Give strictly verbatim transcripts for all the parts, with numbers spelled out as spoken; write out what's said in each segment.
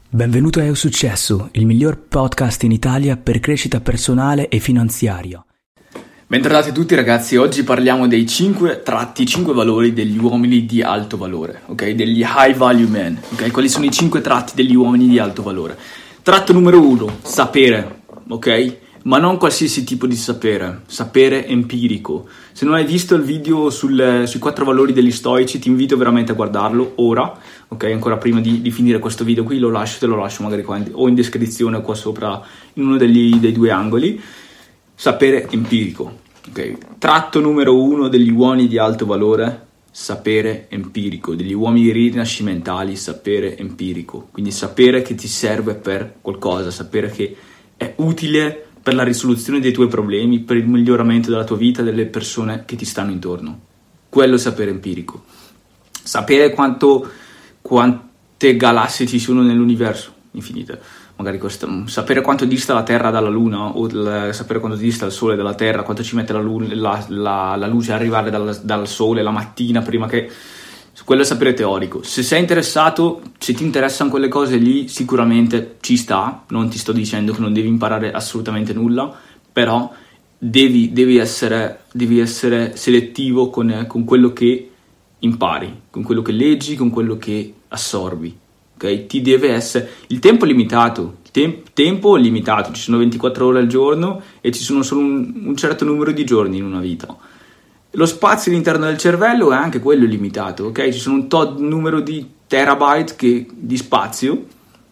Benvenuto a Eu Successo, il miglior podcast in Italia per crescita personale e finanziaria. Bentrovati tutti ragazzi, oggi parliamo dei cinque tratti, cinque valori degli uomini di alto valore, ok? Degli high value men, ok? Quali sono i cinque tratti degli uomini di alto valore? Tratto numero uno, sapere, ok? Ma non qualsiasi tipo di sapere, sapere empirico. Se non hai visto il video sul, sui quattro valori degli stoici, ti invito veramente a guardarlo ora, ok? Ancora prima di, di finire questo video qui lo lascio, te lo lascio magari qua in, o in descrizione o qua sopra in uno degli, dei due angoli. Sapere empirico, ok? Tratto numero uno degli uomini di alto valore, sapere empirico, degli uomini rinascimentali, sapere empirico. Quindi sapere che ti serve per qualcosa, sapere che è utile per la risoluzione dei tuoi problemi, per il miglioramento della tua vita, delle persone che ti stanno intorno. Quello è sapere empirico. Sapere quanto, quante galassie ci sono nell'universo, infinite. Magari questo, sapere quanto dista la Terra dalla Luna, o il, sapere quanto dista il Sole dalla Terra, quanto ci mette la, luna, la, la, la luce a arrivare dal, dal Sole la mattina prima che... Quello è sapere teorico. Se sei interessato, se ti interessano quelle cose lì, sicuramente ci sta. Non ti sto dicendo che non devi imparare assolutamente nulla, però devi, devi, essere, devi essere selettivo con, con quello che impari, con quello che leggi, con quello che assorbi. Okay? Ti deve essere... Il tempo è limitato. Il tem- tempo è limitato. Ci sono ventiquattro ore al giorno e ci sono solo un, un certo numero di giorni in una vita. Lo spazio all'interno del cervello è anche quello limitato, ok? Ci sono un tot numero di terabyte che, di spazio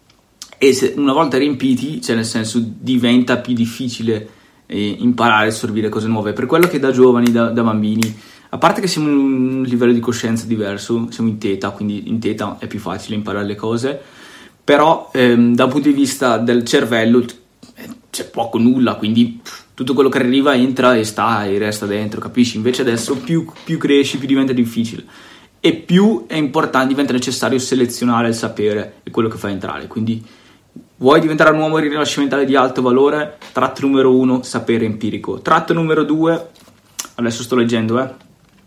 e se una volta riempiti, cioè nel senso diventa più difficile eh, imparare a assorbire cose nuove. Per quello che da giovani, da, da bambini, a parte che siamo in un livello di coscienza diverso, siamo in teta, quindi in teta è più facile imparare le cose, però ehm, dal punto di vista del cervello c'è poco nulla, quindi tutto quello che arriva entra e sta e resta dentro, capisci? Invece adesso più, più cresci, più diventa difficile e più è importante, diventa necessario selezionare il sapere e quello che fa entrare. Quindi vuoi diventare un uomo rinascimentale di alto valore? Tratto numero uno, sapere empirico. Tratto numero due, adesso sto leggendo, eh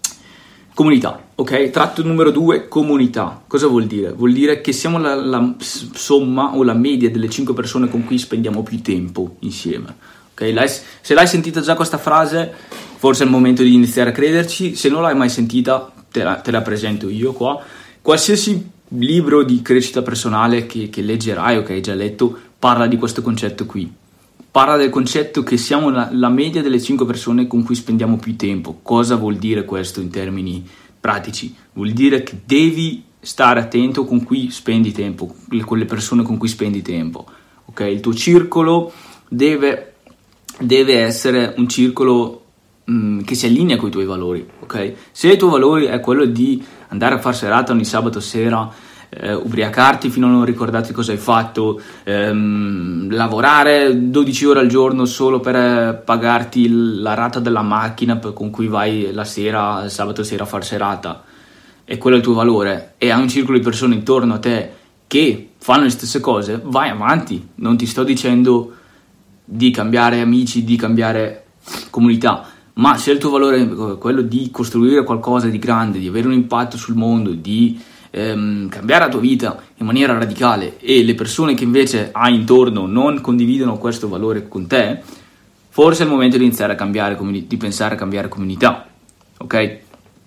comunità, ok? Tratto numero due, comunità. Cosa vuol dire? Vuol dire che siamo la, la somma o la media delle cinque persone con cui spendiamo più tempo insieme. Okay? L'hai, se l'hai sentita già questa frase, forse è il momento di iniziare a crederci. Se non l'hai mai sentita, te la, te la presento io qua. Qualsiasi libro di crescita personale che, che leggerai o che hai già letto parla di questo concetto qui. Parla del concetto che siamo la, la media delle cinque persone con cui spendiamo più tempo. Cosa vuol dire questo in termini pratici? Vuol dire che devi stare attento con cui spendi tempo, con le persone con cui spendi tempo. Okay? Il tuo circolo deve, deve essere un circolo mh, che si allinea con i tuoi valori. Okay? Se i tuoi valori è quello di andare a far serata ogni sabato sera, Eh, ubriacarti fino a non ricordarti cosa hai fatto, ehm, lavorare dodici ore al giorno solo per eh, pagarti il, la rata della macchina per, con cui vai la sera, il sabato sera a far serata, e quello è il tuo valore, e hai un circolo di persone intorno a te che fanno le stesse cose, vai avanti. Non ti sto dicendo di cambiare amici, di cambiare comunità, ma se il tuo valore è quello di costruire qualcosa di grande, di avere un impatto sul mondo, di Ehm, cambiare la tua vita in maniera radicale, e le persone che invece hai intorno non condividono questo valore con te, forse è il momento di iniziare a cambiare, di pensare a cambiare comunità, ok?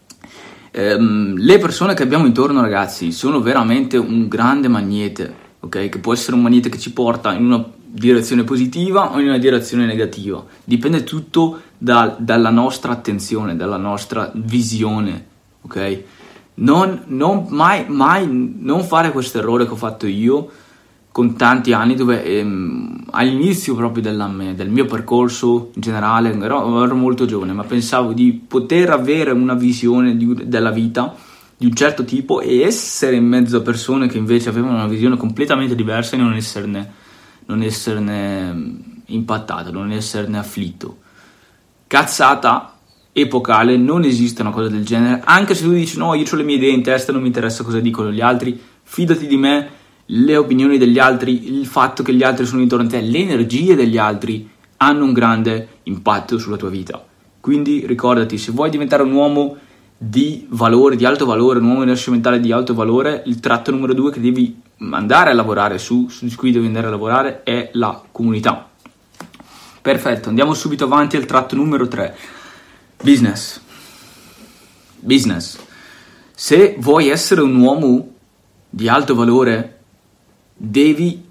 Ehm, le persone che abbiamo intorno, ragazzi, sono veramente un grande magnete, ok? Che può essere un magnete che ci porta in una direzione positiva o in una direzione negativa, dipende tutto da, dalla nostra attenzione, dalla nostra visione, ok? Non, non mai, mai non fare questo errore che ho fatto io con tanti anni, dove ehm, all'inizio proprio della, del mio percorso in generale, ero, ero molto giovane, ma pensavo di poter avere una visione di, della vita di un certo tipo e essere in mezzo a persone che invece avevano una visione completamente diversa e non esserne, non esserne impattato, non esserne afflitto. Cazzata epocale, non esiste una cosa del genere. Anche se tu dici no, io ho le mie idee in testa, non mi interessa cosa dicono gli altri, fidati di me, le opinioni degli altri, il fatto che gli altri sono intorno a te, le energie degli altri hanno un grande impatto sulla tua vita. Quindi ricordati, se vuoi diventare un uomo di valore, di alto valore, un uomo rinascimentale di alto valore, il tratto numero due che devi andare a lavorare su, su cui devi andare a lavorare è la comunità. Perfetto, andiamo subito avanti al tratto numero tre. Business. Business. Se vuoi essere un uomo di alto valore, devi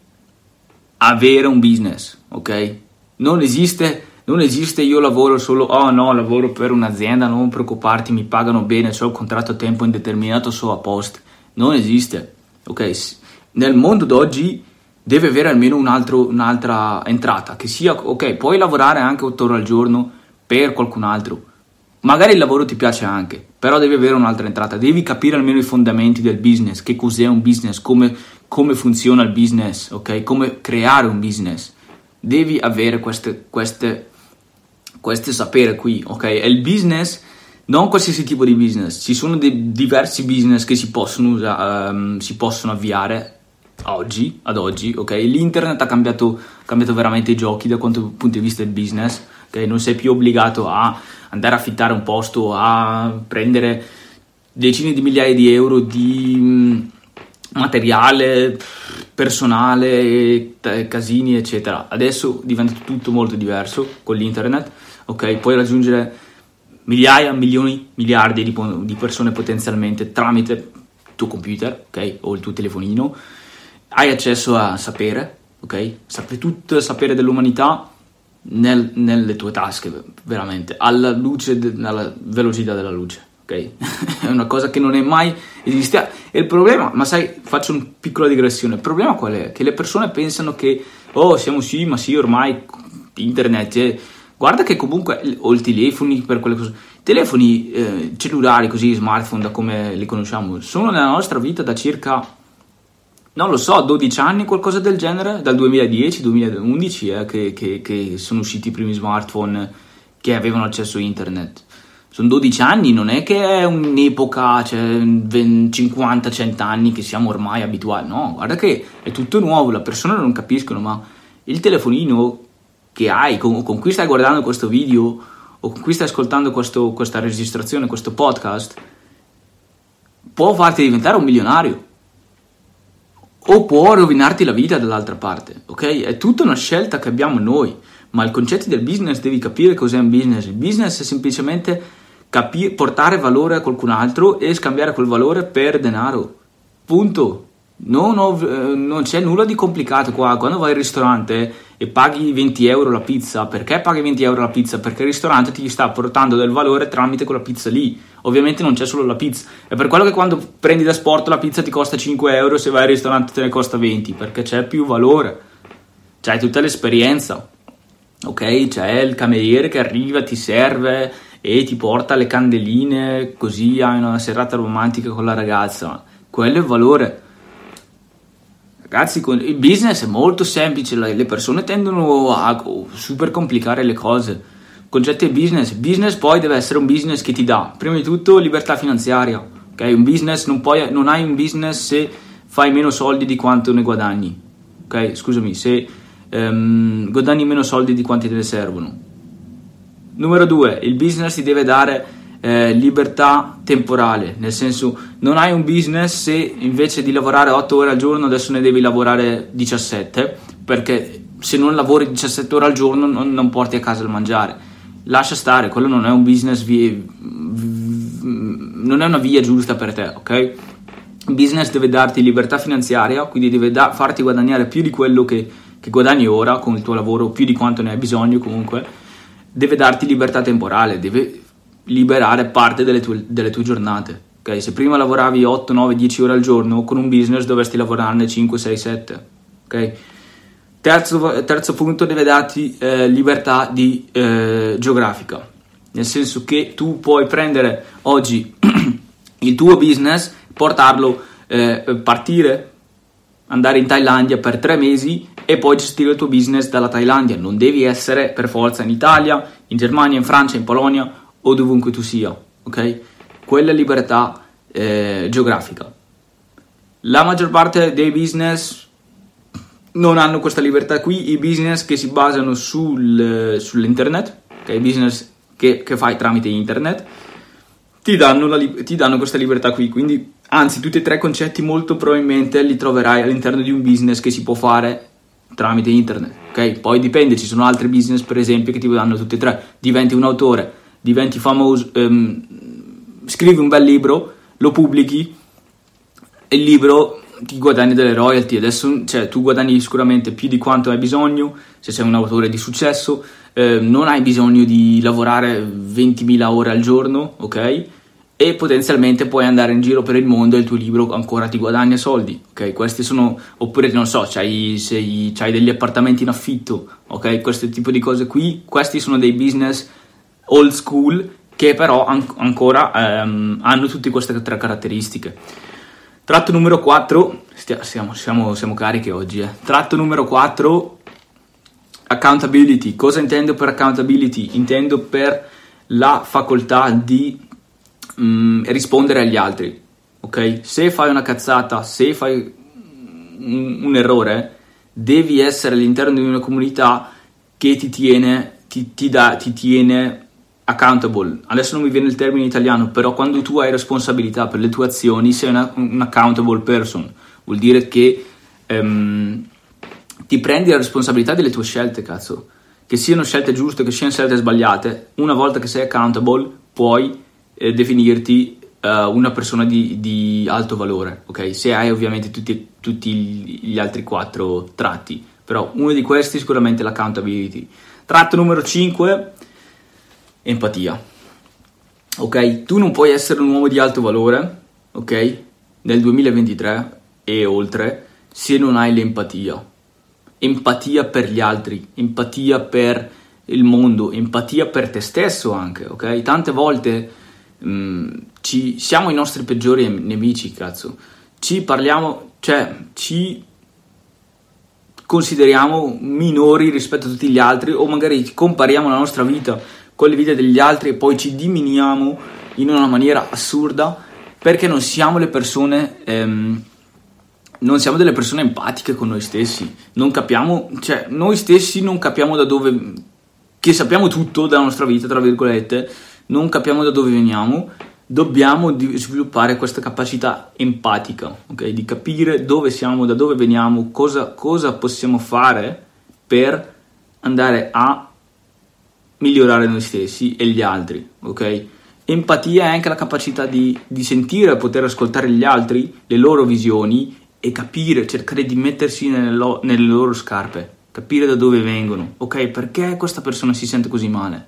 avere un business, ok? Non esiste, non esiste io lavoro solo, oh no, lavoro per un'azienda, non preoccuparti, mi pagano bene, ho il contratto a tempo indeterminato, so a posto. Non esiste, ok? Nel mondo d'oggi deve avere almeno un altro, un'altra entrata, che sia, ok, puoi lavorare anche otto ore al giorno per qualcun altro, magari il lavoro ti piace anche, però devi avere un'altra entrata, devi capire almeno i fondamenti del business, che cos'è un business, come, come funziona il business, ok, come creare un business, devi avere queste, queste, queste sapere qui, ok, e il business, non qualsiasi tipo di business, ci sono dei diversi business che si possono usare, um, si possono avviare oggi, ad oggi, ok? L'internet ha cambiato, cambiato veramente i giochi da quanto punto di vista del business, ok? Non sei più obbligato a andare a affittare un posto, a prendere decine di migliaia di euro di mh, materiale personale, t- casini, eccetera. Adesso diventa tutto molto diverso con l'internet, ok? Puoi raggiungere migliaia, milioni, miliardi di, po- di persone potenzialmente tramite il tuo computer, ok? O il tuo telefonino. Hai accesso a sapere, ok? Sapere tutto il sapere dell'umanità nel, nelle tue tasche, veramente, alla luce, de, alla velocità della luce, ok? È una cosa che non è mai esistita. E il problema, ma sai, faccio una piccola digressione, il problema qual è? Che le persone pensano che, oh, siamo sì, ma sì, ormai internet, eh. Guarda che comunque, o i telefoni, per quelle cose, telefoni eh, cellulari, così, smartphone, da come li conosciamo, sono nella nostra vita da circa, non lo so, dodici anni, qualcosa del genere, dal duemiladieci duemilaundici eh, che, che, che sono usciti i primi smartphone che avevano accesso a internet. Sono dodici anni, non è che è un'epoca, cioè cinquanta cento anni che siamo ormai abituati, no, guarda che è tutto nuovo, le persone non capiscono, ma il telefonino che hai, con, con cui stai guardando questo video o con cui stai ascoltando questo, questa registrazione, questo podcast, può farti diventare un milionario o può rovinarti la vita dall'altra parte, ok? È tutta una scelta che abbiamo noi, ma il concetto del business, devi capire cos'è un business. Il business è semplicemente capi- portare valore a qualcun altro e scambiare quel valore per denaro, punto. Non, ho, eh, non c'è nulla di complicato qua. Quando vai al ristorante e paghi venti euro la pizza, perché paghi venti euro la pizza? Perché il ristorante ti sta portando del valore tramite quella pizza lì. Ovviamente non c'è solo la pizza, è per quello che quando prendi da sport la pizza ti costa cinque euro, se vai al ristorante te ne costa venti, perché c'è più valore, c'hai tutta l'esperienza, ok? C'è il cameriere che arriva, ti serve e ti porta le candeline, così hai una serata romantica con la ragazza, quello è il valore. Ragazzi, il business è molto semplice, le persone tendono a super complicare le cose. Il concetto è business. Business poi deve essere un business che ti dà, prima di tutto, libertà finanziaria. Ok, un business non, puoi, non hai un business se fai meno soldi di quanto ne guadagni. Ok, scusami, se um, guadagni meno soldi di quanti te ne servono. Numero due, il business ti deve dare Eh, libertà temporale, nel senso, non hai un business se invece di lavorare otto ore al giorno adesso ne devi lavorare diciassette, perché se non lavori diciassette ore al giorno non, non porti a casa il mangiare. Lascia stare, quello non è un business via, non è una via giusta per te, ok? Il business deve darti libertà finanziaria, quindi deve da, farti guadagnare più di quello che, che guadagni ora con il tuo lavoro, più di quanto ne hai bisogno. Comunque deve darti libertà temporale, deve liberare parte delle tue, delle tue giornate, ok? Se prima lavoravi otto, nove, dieci ore al giorno, con un business dovresti lavorarne cinque, sei, sette, ok? Terzo, terzo punto, deve darti eh, libertà di, eh, geografica, nel senso che tu puoi prendere oggi il tuo business, portarlo, eh, partire, andare in Thailandia per tre mesi e poi gestire il tuo business dalla Thailandia. Non devi essere per forza in Italia, in Germania, in Francia, in Polonia o dovunque tu sia, ok? Quella è libertà eh, geografica. La maggior parte dei business non hanno questa libertà qui. I business che si basano sul, sull'internet, ok? I business che, che fai tramite internet ti danno, la, ti danno questa libertà qui, quindi Anzi, tutti e tre concetti molto probabilmente li troverai all'interno di un business che si può fare tramite internet, ok? Poi dipende, ci sono altri business per esempio che ti danno tutti e tre. Diventi un autore, diventi famoso, um, scrivi un bel libro, lo pubblichi e il libro ti guadagni delle royalty. Adesso, cioè, tu guadagni sicuramente più di quanto hai bisogno se sei un autore di successo. Eh, non hai bisogno di lavorare ventimila ore al giorno, ok? E potenzialmente puoi andare in giro per il mondo e il tuo libro ancora ti guadagna soldi, ok? Questi sono, oppure non so, c'hai, sei, c'hai degli appartamenti in affitto, ok? Questo tipo di cose qui, questi sono dei business old school che però an- ancora ehm, hanno tutte queste tre caratteristiche. Tratto numero quattro, stia, siamo, siamo, siamo cariche oggi, eh. Tratto numero quattro, accountability. Cosa intendo per accountability? Intendo per la facoltà di mh, rispondere agli altri, ok? Se fai una cazzata, se fai un, un errore, devi essere all'interno di una comunità che ti tiene, ti, ti, dà, ti tiene accountable. Adesso non mi viene il termine in italiano, però quando tu hai responsabilità per le tue azioni sei una, un accountable person. Vuol dire che um, ti prendi la responsabilità delle tue scelte, cazzo. Che siano scelte giuste, che siano scelte sbagliate. Una volta che sei accountable puoi eh, definirti uh, una persona di, di alto valore, ok? Se hai ovviamente tutti, tutti gli altri quattro tratti, però uno di questi è sicuramente l'accountability. Tratto numero cinque, empatia, ok? Tu non puoi essere un uomo di alto valore, ok? Nel duemilaventitré e oltre, se non hai l'empatia. Empatia per gli altri, empatia per il mondo, empatia per te stesso anche, ok? Tante volte mh, ci, siamo i nostri peggiori nemici, cazzo. Ci parliamo, cioè, ci consideriamo minori rispetto a tutti gli altri, o magari compariamo la nostra vita con le vite degli altri e poi ci diminuiamo in una maniera assurda perché non siamo le persone ehm, non siamo delle persone empatiche con noi stessi. Non capiamo, cioè noi stessi non capiamo da dove, che sappiamo tutto della nostra vita, tra virgolette, non capiamo da dove veniamo. Dobbiamo di sviluppare questa capacità empatica, ok? Di capire dove siamo, da dove veniamo, cosa, cosa possiamo fare per andare a migliorare noi stessi e gli altri, ok? Empatia è anche la capacità di, di sentire e poter ascoltare gli altri, le loro visioni e capire, cercare di mettersi nelle, lo, nelle loro scarpe, capire da dove vengono, ok? Perché questa persona si sente così male?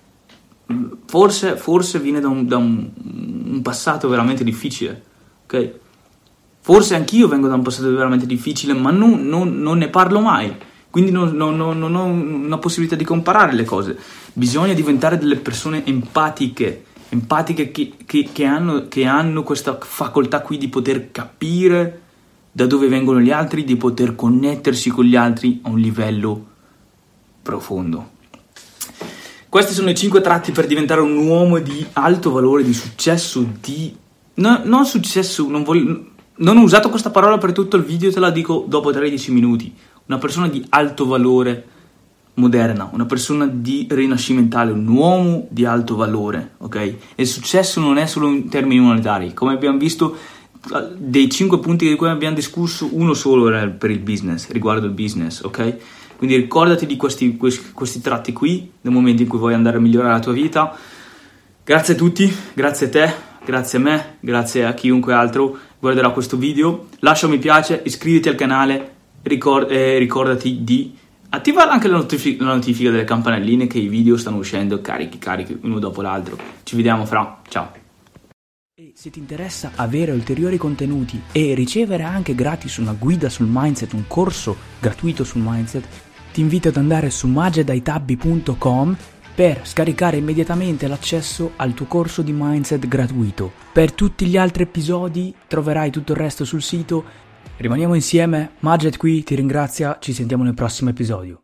Forse, forse viene da, un, da un, un passato veramente difficile, ok? Forse anch'io vengo da un passato veramente difficile, ma non, non, non ne parlo mai. Quindi non, non, non, non ho una possibilità di comparare le cose. Bisogna diventare delle persone empatiche, empatiche che, che, che, hanno, che hanno questa facoltà qui di poter capire da dove vengono gli altri, di poter connettersi con gli altri a un livello profondo. Questi sono i cinque tratti per diventare un uomo di alto valore, di successo, di... No, non successo, non voglio... Non ho usato questa parola per tutto il video, te la dico dopo tredici minuti. Una persona di alto valore moderna, una persona di rinascimentale, un uomo di alto valore, ok? E il successo non è solo in termini monetari. Come abbiamo visto, dei cinque punti di cui abbiamo discusso, uno solo era per il business, riguardo il business, ok? Quindi ricordati di questi, questi, questi tratti qui nel momento in cui vuoi andare a migliorare la tua vita. Grazie a tutti, grazie a te, grazie a me, grazie a chiunque altro guarderà questo video. Lascia un mi piace, iscriviti al canale, ricord- eh, ricordati di attivare anche la, notific- la notifica delle campanelline, che i video stanno uscendo carichi carichi uno dopo l'altro. Ci vediamo fra, ciao. E se ti interessa avere ulteriori contenuti e ricevere anche gratis una guida sul mindset, un corso gratuito sul mindset, ti invito ad andare su magedaitabbi punto com per scaricare immediatamente l'accesso al tuo corso di mindset gratuito. Per tutti gli altri episodi troverai tutto il resto sul sito. Rimaniamo insieme, Maged qui ti ringrazia, ci sentiamo nel prossimo episodio.